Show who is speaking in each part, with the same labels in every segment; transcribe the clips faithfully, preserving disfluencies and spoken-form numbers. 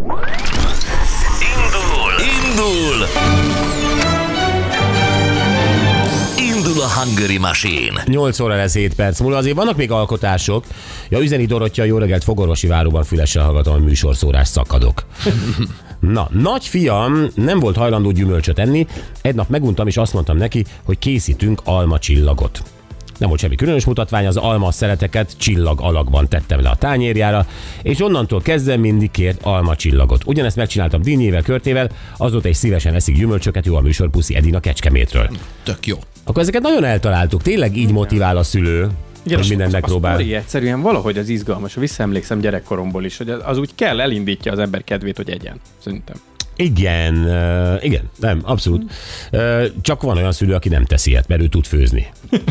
Speaker 1: Indul! Indul! Indul a Hungary Machine.
Speaker 2: nyolc óra lesz hét perc múlva, azért vannak még alkotások. Ja, üzeni Dorottya, jó reggelt, Fogorvosi váróban fülessel hallgatom a műsorszórás szakadok. Na, nagyfiam nem volt hajlandó gyümölcsöt enni, egy nap meguntam és azt mondtam neki, hogy készítünk almacsillagot. Nem volt semmi különös mutatvány, az alma szeleteket csillag alakban tettem le a tányérjára, és onnantól kezdve mindig kért almacsillagot. Ugyanezt megcsináltam dinnyével, körtével, azóta is szívesen eszik gyümölcsöket, jó a műsor, puszi Edina Kecskemétről.
Speaker 3: Tök jó.
Speaker 2: Akkor ezeket nagyon eltaláltuk, tényleg így motivál a szülő,
Speaker 4: igen,
Speaker 2: hogy mindent megpróbál.
Speaker 4: A sztori egyszerűen valahogy az izgalmas, visszaemlékszem gyerekkoromból is, hogy az úgy kell, elindítja az ember kedvét, hogy egyen, szerintem.
Speaker 2: Igen, uh, igen, nem, abszolút. Uh, csak van olyan szülő, aki nem teszi ilyet, mert ő tud főzni.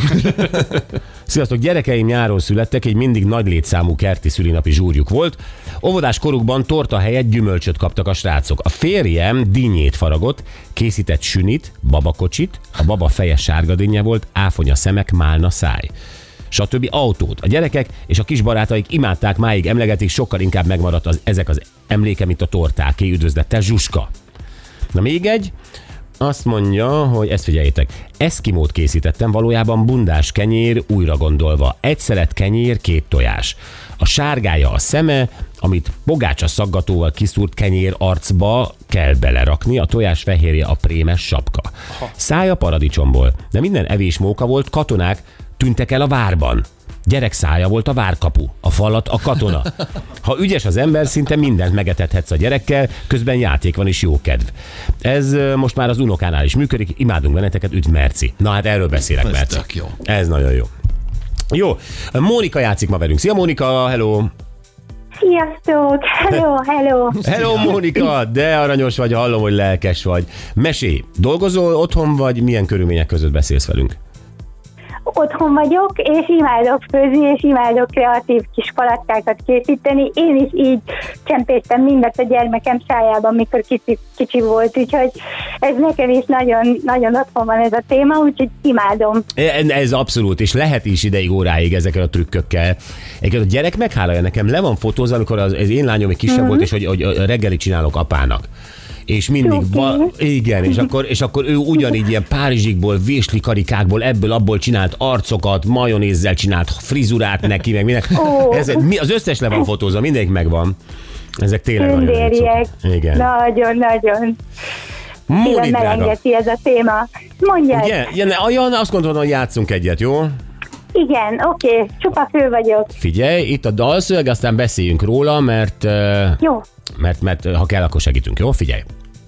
Speaker 2: Sziasztok, gyerekeim nyáron születtek, egy mindig nagy létszámú kerti szülinapi zsúrjuk volt. Óvodás korukban torta helyett gyümölcsöt kaptak a srácok. A férjem dinnyét faragott, készített sünit, babakocsit, a baba feje sárga dinnye volt, áfonya szemek, málna száj. Stb. Autót. A gyerekek és a kis barátaik imádták, máig emlegetik, sokkal inkább megmaradt az, ezek az emléke, mint a tortáké, üdvözlettel Zsuska. Na még egy, azt mondja, hogy ezt figyeljétek, eszkimót készítettem, valójában bundás kenyér, újra gondolva. Egy szelet kenyér, két tojás. A sárgája a szeme, amit pogácsa szaggatóval kiszúrt kenyér arcba kell belerakni, a tojás fehérje a prémes sapka. Szája paradicsomból, de minden evés móka volt, katonák tűntek el a várban. Gyerek szája volt a várkapu, a falat a katona. Ha ügyes az ember, szinte mindent megetethetsz a gyerekkel, közben játék van és jó kedv. Ez most már az unokánál is működik, imádunk benneteket, üdv Merci. Na hát erről beszélek,
Speaker 3: Ez
Speaker 2: Merci.
Speaker 3: tök jó.
Speaker 2: Ez nagyon jó. Jó, Mónika játszik ma velünk. Szia Mónika, hello!
Speaker 5: Sziasztok! Hello, hello!
Speaker 2: Hello Mónika, de aranyos vagy, hallom, hogy lelkes vagy. Mesélj, dolgozol otthon, vagy milyen körülmények között beszélsz velünk?
Speaker 5: Otthon vagyok, és imádok főzni, és imádok kreatív kis palackákat készíteni. Én is így csempésztem mindet a gyermekem szájában, mikor kicsi, kicsi volt, úgyhogy ez nekem is nagyon, nagyon otthon van ez a téma, úgyhogy imádom.
Speaker 2: Ez abszolút, és lehet is ideig, óráig ezekkel a trükkökkel. Egyébként a gyerek meghálálja nekem, le van fotózva, amikor az, az én lányom egy kisebb mm-hmm. volt, és hogy, hogy reggeli csinálok apának. És mindig, va- igen, és akkor, és akkor ő ugyanígy ilyen párizsikból, vésli karikákból, ebből, abból csinált arcokat, majonézzel csinált frizurát neki, meg minden. Oh. Ez, az összes le van fotózva, mindegyik megvan. Ezek tényleg nagyon
Speaker 5: jó. Igen. Nagyon, nagyon.
Speaker 2: Móni drága.
Speaker 5: Melengeti ez a téma. Mondjad.
Speaker 2: Ugye? Ja, olyan, azt gondolom, hogy játszunk egyet, jó?
Speaker 5: Igen, oké, okay. Csupa fő vagyok.
Speaker 2: Figyelj, itt a dalszöveg, aztán beszéljünk róla, mert,
Speaker 5: jó.
Speaker 2: mert, mert ha kell, akkor segítünk, jó? Figyelj.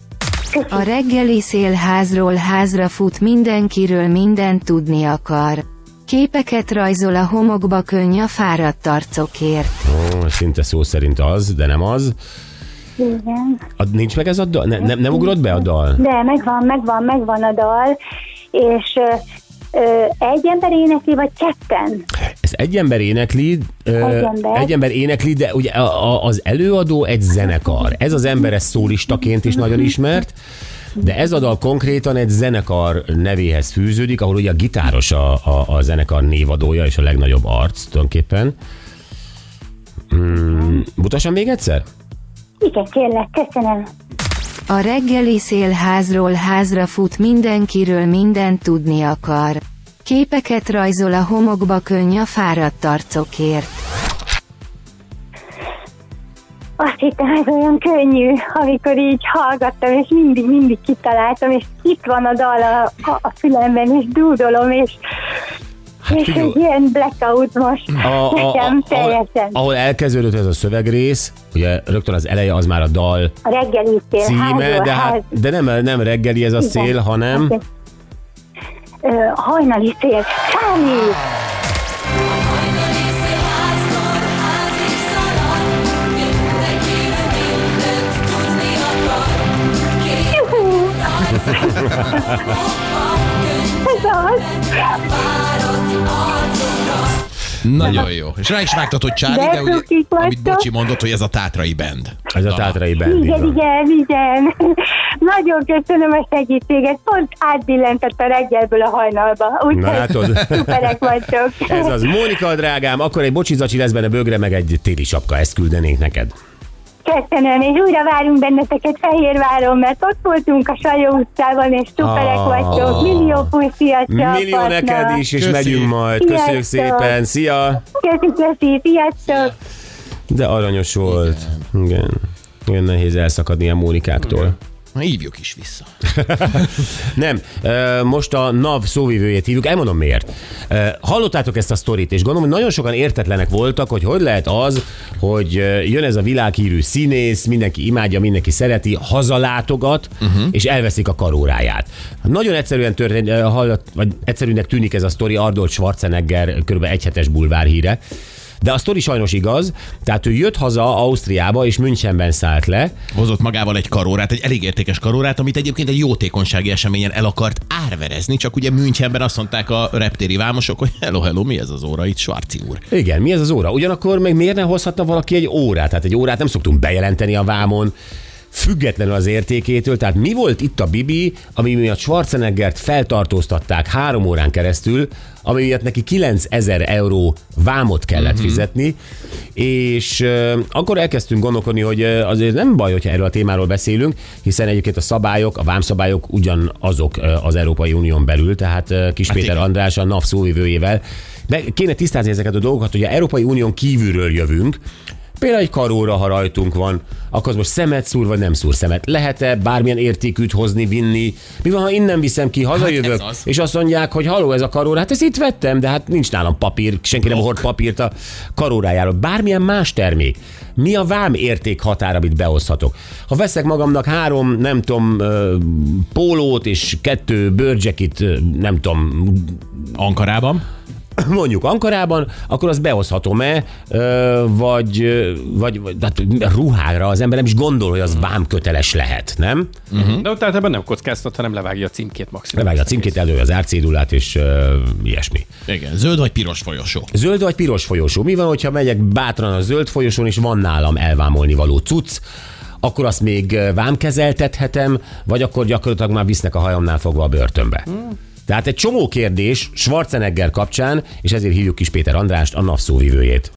Speaker 6: A reggeli szél házról házra fut, mindenkiről mindent tudni akar. Képeket rajzol a homokba, könny a fáradt arcokért.
Speaker 2: Ó, szinte szó szerint az, de nem az.
Speaker 5: Igen.
Speaker 2: A, nincs meg ez a dal? Ne, nem, nem ugrott be a dal?
Speaker 5: De, megvan, megvan, megvan a dal, és... Ö, egy ember énekli, vagy ketten?
Speaker 2: Ez egy ember énekli, ö,
Speaker 5: egy, ember.
Speaker 2: egy ember énekli, de ugye a, a, az előadó egy zenekar. Ez az ember ez szólistaként is nagyon ismert, de ez a dal konkrétan egy zenekar nevéhez fűződik, ahol ugye a gitáros a, a, a zenekar névadója és a legnagyobb arc tulajdonképpen. Hmm, mutassam még egyszer?
Speaker 5: Igen, kérlek, köszönöm.
Speaker 6: A reggeli szél házról házra fut, mindenkiről mindent tudni akar. Képeket rajzol a homokba, könny a fáradt arcokért.
Speaker 5: Azt hittem, ez olyan könnyű, amikor így hallgattam, és mindig, mindig kitaláltam, és itt van a dal a, a, a fülemben, és dúdolom, és... Hát, és egy ilyen blackout most a, a, nekem teljesen.
Speaker 2: Ahol elkezdődött ez a szövegrész, ugye rögtön az eleje az már a dal
Speaker 5: a reggeli szél,
Speaker 2: címe,
Speaker 5: házról,
Speaker 2: de, hát, de nem, nem reggeli ez a igen. Szél, hanem...
Speaker 5: Okay. Ö, hajnali szél. Sámi! Ez az!
Speaker 3: Nagyon jó. És rá is vágtad, hogy Csári, de, de ugye, amit Bocsi mondott, hogy ez a Tátrai Band.
Speaker 2: Ez a Tátrai Band.
Speaker 5: Igen, igen, igen. Nagyon köszönöm a segítséget. Pont átbillentett a reggelből a hajnalba. Úgyhogy szuperek vagytok.
Speaker 2: Ez az. Mónika, drágám, akkor egy bocsizacsi lesz benne bögre, meg egy téli sapka. Ezt küldenénk neked.
Speaker 5: Köszönöm, és újra várunk benneteket Fehérváron, mert ott voltunk a Sajó utcában, és szuperek
Speaker 2: Ah.
Speaker 5: vagytok. Millió puszi a csapatnak.
Speaker 2: Millió neked is, és
Speaker 3: Köszi.
Speaker 2: megyünk majd. Köszönjük
Speaker 5: Sziasztok.
Speaker 2: szépen. Szia!
Speaker 5: Köszi, köszi, sziasztok!
Speaker 2: De aranyos volt. Igen. Igen. Olyan nehéz elszakadni a Mónikáktól.
Speaker 3: Na, hívjuk is vissza.
Speaker 2: Nem, ö, most a NAV szóvivőjét hívjuk, elmondom miért. Ö, Hallottátok ezt a sztorit, és gondolom, hogy nagyon sokan értetlenek voltak, hogy hogy lehet az, hogy ö, jön ez a világhírű színész, mindenki imádja, mindenki szereti, hazalátogat, uh-huh. és elveszik a karóráját. Nagyon egyszerűen történt, ö, hallott, vagy egyszerűnek tűnik ez a sztori, Arnold Schwarzenegger kb. Egyhetes bulvárhíre. De a sztori sajnos igaz, tehát ő jött haza Ausztriába, és Münchenben szállt le.
Speaker 3: Hozott magával egy karórát, egy elég értékes karórát, amit egyébként egy jótékonysági eseményen el akart árverezni, csak ugye Münchenben azt mondták a reptéri vámosok, hogy hello, hello, mi ez az óra itt, Schwarzi úr?
Speaker 2: Igen, mi ez az óra? Ugyanakkor meg miért ne hozhatna valaki egy órát? Tehát egy órát nem szoktunk bejelenteni a vámon, függetlenül az értékétől. Tehát mi volt itt a bibi, ami miatt Schwarzeneggert feltartóztatták három órán keresztül, ami miatt neki kilencezer euró vámot kellett uh-huh. fizetni, és uh, akkor elkezdtünk gondolkodni, hogy uh, azért nem baj, hogyha erről a témáról beszélünk, hiszen egyébként a szabályok, a vámszabályok ugyanazok uh, az Európai Unión belül, tehát uh, Kis hát Péter igen. András a NAV szóvivőjével. De kéne tisztázni ezeket a dolgokat, hogy az Európai Unión kívülről jövünk. Például egy karóra, ha rajtunk van, akkor az most szemet szúr, vagy nem szúr szemet. Lehet-e bármilyen értékűt hozni, vinni? Mi van, ha innen viszem ki, hazajövök, hát és azt mondják, hogy haló, ez a karóra, hát ezt itt vettem, de hát nincs nálam papír, senki nem hord papírt a karórájáról. Bármilyen más termék. Mi a vám érték határ, amit behozhatok? Ha veszek magamnak három, nem tudom, pólót és kettő bőrcsekit, nem tudom,
Speaker 3: Ankarában?
Speaker 2: mondjuk Ankarában, akkor azt behozhatom-e, vagy, vagy, vagy hát ruhára az ember nem is gondol, hogy az vámköteles lehet, nem?
Speaker 4: Uh-huh. De ott általában nem kockáztat, hanem levágja a címkét maximum.
Speaker 2: Levágja a címkét, előre az árcédulát, és uh, ilyesmi.
Speaker 3: Igen, zöld vagy piros folyosó.
Speaker 2: Zöld vagy piros folyosó. Mi van, hogyha megyek bátran a zöld folyosón, és van nálam elvámolni való cucc, akkor azt még vámkezeltethetem, vagy akkor gyakorlatilag már visznek a hajamnál fogva a börtönbe. Hmm. Tehát egy csomó kérdés Schwarzenegger kapcsán, és ezért hívjuk Kis Péter Andrást, a NAV szóvivőjét.